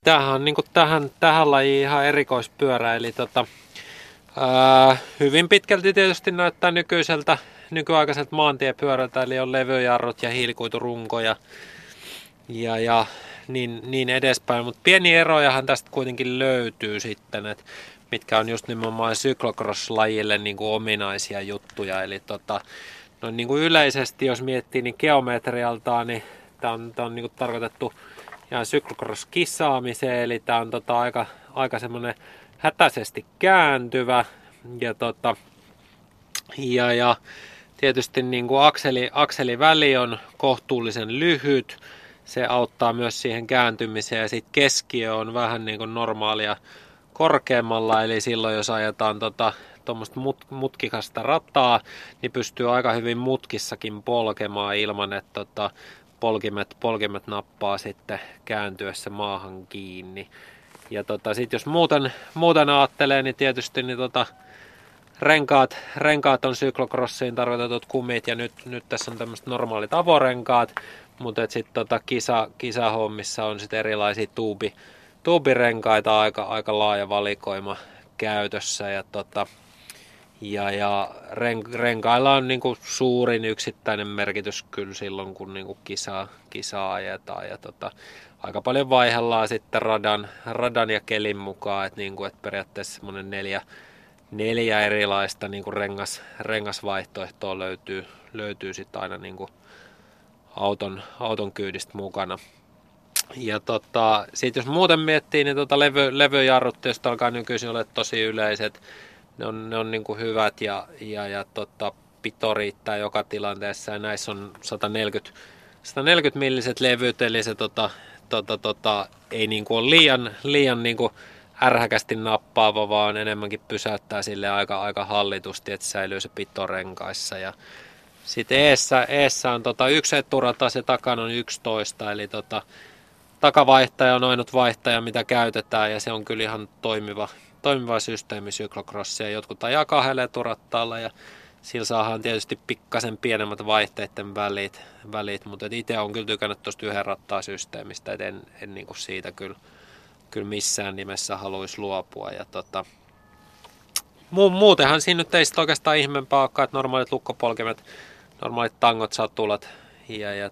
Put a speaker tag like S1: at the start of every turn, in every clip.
S1: tämähän on niin kuin tähän lajiin ihan erikoispyörä, eli hyvin pitkälti tietysti näyttää nykyaikaiselta maantiepyörältä, eli on levyjarrut ja hiilikuiturunko ja niin edespäin, mutta pieni erojahan tästä kuitenkin löytyy sitten, että mitkä on just nimenomaan cyclocross-lajille niin kuin ominaisia juttuja, eli no niin kuin yleisesti jos miettii niin geometrialtaan, niin tämä on niin kuin tarkoitettu ihan cyclocross-kisaamiseen, eli tämä on aika semmoinen hätäisesti kääntyvä ja tietysti niin kuin akseliväli on kohtuullisen lyhyt, se auttaa myös siihen kääntymiseen ja sitten keskiö on vähän niin kuin normaalia korkeammalla, eli silloin jos ajetaan tuommoista mutkikasta rataa, niin pystyy aika hyvin mutkissakin polkemaan ilman, että polkimet nappaa sitten kääntyessä maahan kiinni. Ja sitten jos muuten ajattelee, niin tietysti niin renkaat on cyclocrossiin tarkoitetut kumit, ja nyt tässä on tämmöiset normaalit avorenkaat, mutta sitten kisahommissa on sitten erilaisia tuubirenkaita aika laaja valikoima käytössä, ja renkailla on niinku suurin yksittäinen merkitys kyllä silloin, kun niinku kisaa ajetaan, ja aika paljon vaihdellaan sitten radan ja kelin mukaan, että niinku, et periaatteessa semmoinen neljä erilaista niinku rengasvaihtoehtoa löytyy sitten aina niinku auton kyydistä mukana. Ja sitten jos muuten miettii, niin levyjarrut tietysti alkaa nykyisin olla tosi yleiset. Ne on niinku hyvät ja pito riittää joka tilanteessa, ja näissä on 140 milliset levyt, eli se ei niinku ole liian niinku ärhäkästi nappaava, vaan enemmänkin pysäyttää sille aika hallitusti, että säilyy se pito renkaissa. Ja sitten eessä on 1 eturatas ja takana on 11, eli takavaihtaja on ainut vaihtaja, mitä käytetään, ja se on kyllä ihan toimiva systeemi cyclocrossia. Jotkut ajaa 2 eturattaalla, ja sillä saadaan tietysti pikkasen pienemmät vaihteiden välit, mutta itse on kyllä tykännyt tuosta 1 rattaa systeemistä, että en niinku siitä kyllä missään nimessä haluaisi luopua. Ja muutenhan siinä nyt ei sitten oikeastaan ihmeempää olekaan, että normaalit lukkopolkimet, normaalit tangot, satulat ja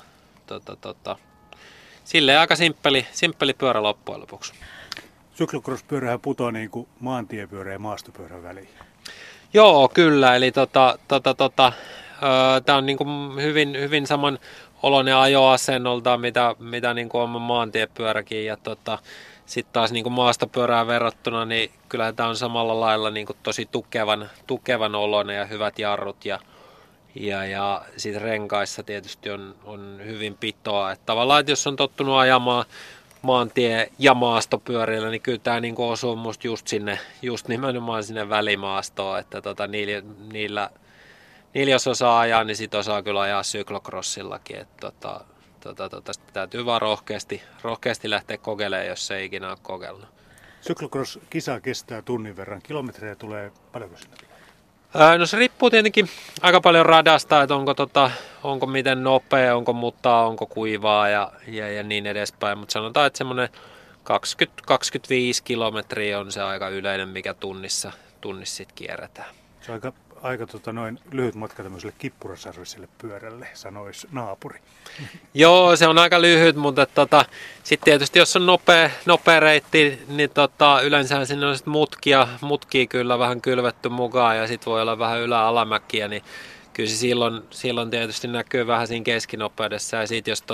S1: silleen aika simppeli pyörä loppujen lopuksi.
S2: Cyclocross-pyörähän putoaa niin kuin maantiepyörä ja maastopyörän väliin.
S1: Joo, kyllä. Eli tämä on niin kuin hyvin saman oloinen ajoasennolta, mitä niin kuin on maantiepyöräkin. Ja sitten taas niin kuin maastopyörään verrattuna, niin kyllä tämä on samalla lailla niin kuin tosi tukevan oloinen ja hyvät jarrut. Ja sitten renkaissa tietysti on hyvin pitoa. Että tavallaan, että jos on tottunut ajamaan maantie- ja maastopyörillä, niin kyllä tämä niinku osuu musta just nimenomaan sinne välimaastoon, että niillä jos osaa ajaa, niin sit osaa kyllä ajaa cyclocrossillakin, että täytyy vaan rohkeasti lähteä kokeilemaan, jos se ei ikinä ole kokeillut.
S2: Cyclocross-kisa kestää tunnin verran, kilometrejä tulee paljonko sinne?
S1: No se riippuu tietenkin aika paljon radasta, että onko miten nopea, onko mutaa, onko kuivaa ja niin edespäin, mutta sanotaan, että semmoinen 20-25 kilometriä on se aika yleinen, mikä tunnissa sit kierretään.
S2: Se on aika noin lyhyt matka tämmöiselle kippurasarviselle pyörälle, sanoisi naapuri.
S1: Joo, se on aika lyhyt, mutta sitten tietysti jos on nopea reitti, niin yleensä sinne on sitten mutkia kyllä vähän kylvetty mukaan, ja sitten voi olla vähän ylä-alamäkiä, niin kyllä se silloin tietysti näkyy vähän siinä keskinopeudessa, ja sitten jos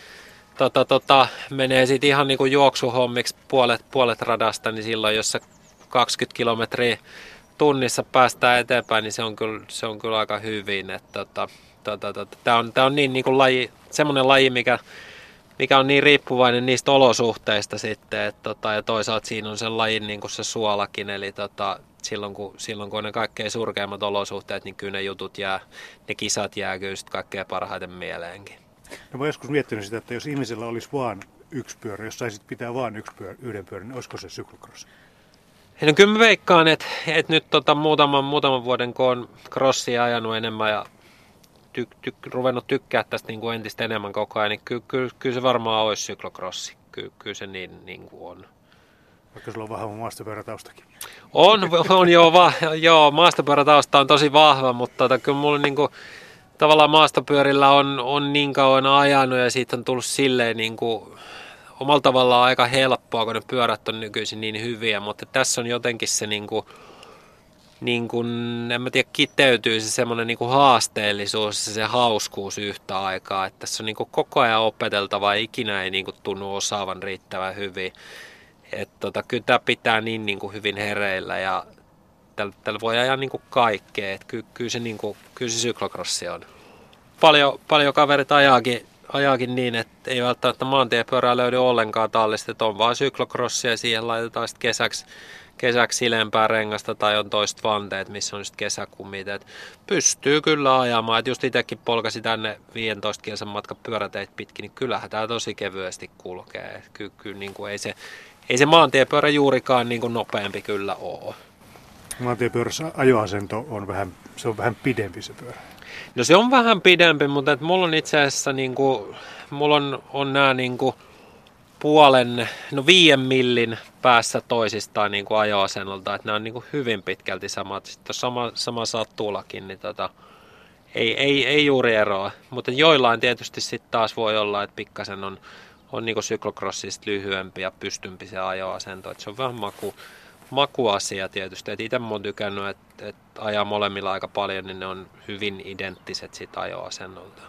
S1: menee sitten ihan niin kuin juoksuhommiksi puolet radasta, niin silloin jos se 20 kilometriä tunnissa päästään eteenpäin, niin se on kyllä aika hyvin. Tämä on niin kuin semmoinen laji, mikä on niin riippuvainen niistä olosuhteista sitten, ja toisaalta siinä on sen lajin niin kuin se suolakin, eli silloin kun on ne kaikkein surkeimmat olosuhteet, niin kyllä ne kisat jää kyllä sitten kaikkein parhaiten mieleenkin.
S2: No mä joskus miettinyt sitä, että jos ihmisellä olisi vaan yksi pyörä, jos saisit pitää vaan yhden pyörän, niin olisiko se cyclocross?
S1: No kyllä mä veikkaan, että nyt muutaman vuoden kun on crossia ajanut enemmän ja ruvennut tykkää tästä niin kuin entistä enemmän koko ajan, niin kyllä se varmaan olisi cyclocrossi. kyllä se niin kuin on.
S2: Vaikka sulla on vahva maastopyörätaustakin.
S1: On joo, maastopyörätausta on tosi vahva, mutta kyllä mulla niinku, tavallaan maastopyörillä on niin kauan ajanut ja siitä on tullut silleen niinku, omalla tavallaan aika helppoa, kun ne pyörät on nykyisin niin hyviä, mutta tässä on jotenkin se niin kuin, en mä tiedä, kiteytyy se semmoinen niin kuin haasteellisuus ja se hauskuus yhtä aikaa, että tässä on niin kuin koko ajan opeteltava ja ikinä ei niin kuin tunnu osaavan riittävän hyvin. Että kyllä tämä pitää niin kuin hyvin hereillä ja tällä voi ajaa niin kuin kaikkea, että kyllä se syklokrossi on. Paljon kaverit ajaakin niin, että ei välttämättä maantiepyörää löydy ollenkaan tallista, että on vaan syklokrossia ja siihen laitetaan sitten kesäksi silempää rengasta tai on toiset vanteet, missä on sitten kesäkummit. Et pystyy kyllä ajamaan, että just itsekin polkasi tänne 15 kilsan matka pyöräteitä pitkin, niin kyllähän tämä tosi kevyesti kulkee. Kyllä niin kuin ei se maantiepyörä juurikaan niin kuin nopeampi kyllä ole.
S2: Maantiepyörässä ajoasento on vähän pidempi se pyörä.
S1: No se on vähän pidempi, mutta mulla on itse asiassa mulla on nämä 5 millin päässä toisistaan niin kuin ajoasennolta, että nämä on niin kuin hyvin pitkälti samat. Sitten sama sattuulakin, niin ei juuri eroa. Mutta joillain tietysti sitten taas voi olla, että pikkasen on niin kuin syklokrossista lyhyempi ja pystympi se ajoasento. Että se on vähän makuasia tietysti. Itse mä oon tykännyt, että ajaa molemmilla aika paljon, niin ne on hyvin identtiset sit ajoasennolta.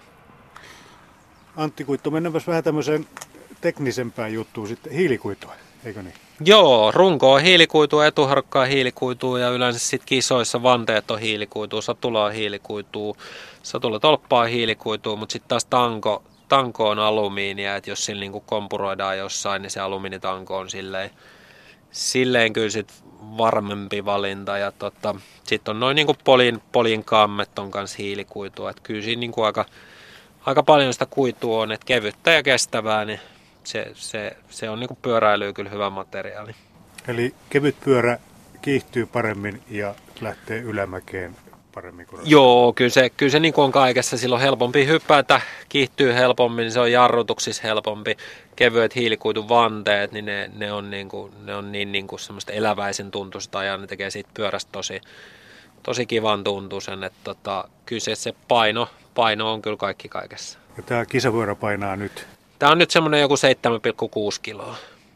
S2: Antti Kuitto, mennäänpäs vähän tämmöiseen teknisempään juttuun sitten, hiilikuitua, eikö niin?
S1: Joo, runko on hiilikuitua, etuharkkaa hiilikuitua ja yleensä sitten kisoissa vanteet on hiilikuitua, satula on hiilikuitua, satulatolppa on hiilikuitua, mutta sitten taas tanko on alumiinia, että jos sillä niinku kompuroidaan jossain, niin se alumiinitanko on silleen kyllä sit varmempi valinta. Ja sitten on noin niinku polin kammet on kanssa hiilikuitua, että kyllä siinä niinku aika paljon sitä kuitua on, että kevyttä ja kestävää, niin se on niinku pyöräilyä kyllä hyvä materiaali.
S2: Eli kevyt pyörä kiihtyy paremmin ja lähtee ylämäkeen paremmin kuin
S1: Joo, kyllä se niin kuin on kaikessa. Silloin helpompi hypätä, kiihtyy helpommin, se on jarrutuksissa helpompi. Kevyet hiilikuitun vanteet, niin ne on niin kuin semmoista eläväisen tuntuista ja ne tekee siitä pyörästä tosi kivan tuntuisen. Että kyllä se paino on kyllä kaikki kaikessa.
S2: Ja tämä kisapyörä painaa nyt?
S1: Tämä on nyt semmoinen joku 7,6 kiloa.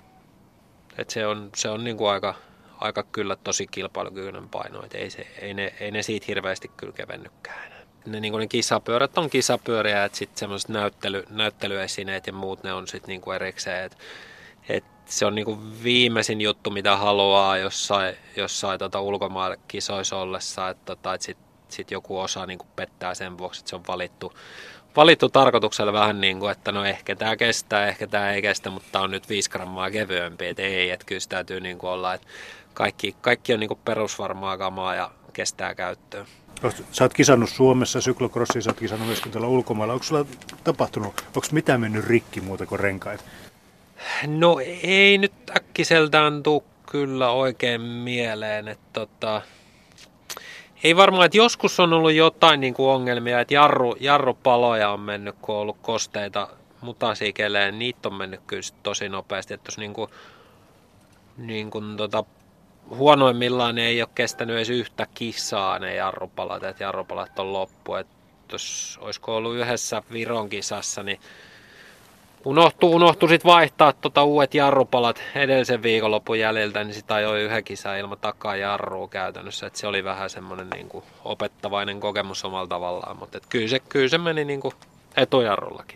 S1: Et se on niin kuin aika kyllä tosi kilpailukykyinen paino, että ei ne siitä hirveästi kyllä kevennykään. Ne kisapyörät on kisapyöriä, että sitten semmoiset näyttelyesineet ja muut ne on sitten niinku erikseen, et se on niinku viimeisin juttu mitä haluaa jossain ulkomailla kisoissa ollessa, että sit joku osa niinku pettää sen vuoksi, että se on valittu tarkoituksella vähän niin kuin, että no ehkä tämä kestää, ehkä tämä ei kestä, mutta tämä on nyt 5 grammaa kevyempi, että ei, että kyllä se täytyy niin kuin olla, että kaikki on niin kuin perusvarmaa kamaa ja kestää käyttöön.
S2: Sä oot kisannut Suomessa syklokrossiin, sä oot kisannut myöskin tuolla ulkomailla. Onko sulla tapahtunut, onko mitään mennyt rikki muuta kuin renkaita?
S1: No ei nyt äkkiseltään tule kyllä oikein mieleen, että ei varmaan, että joskus on ollut jotain niin kuin ongelmia, että jarrupaloja on mennyt, kun on ollut kosteita mutasiikeleen, niitä on mennyt kyllä tosi nopeasti, että jos huonoimmillaan ne ei ole kestänyt edes yhtä kisaa ne jarrupalat, että jarrupalat on loppu, että jos olisiko ollut yhdessä Viron kisassa, niin unohtui sitten vaihtaa uudet jarrupalat edellisen viikonlopun jäljiltä, niin sitä ajoi yhden kisan ilman takaa jarrua käytännössä. Et se oli vähän semmoinen niinku opettavainen kokemus omalla tavallaan, mutta kyllä se meni niinku etujarrullakin.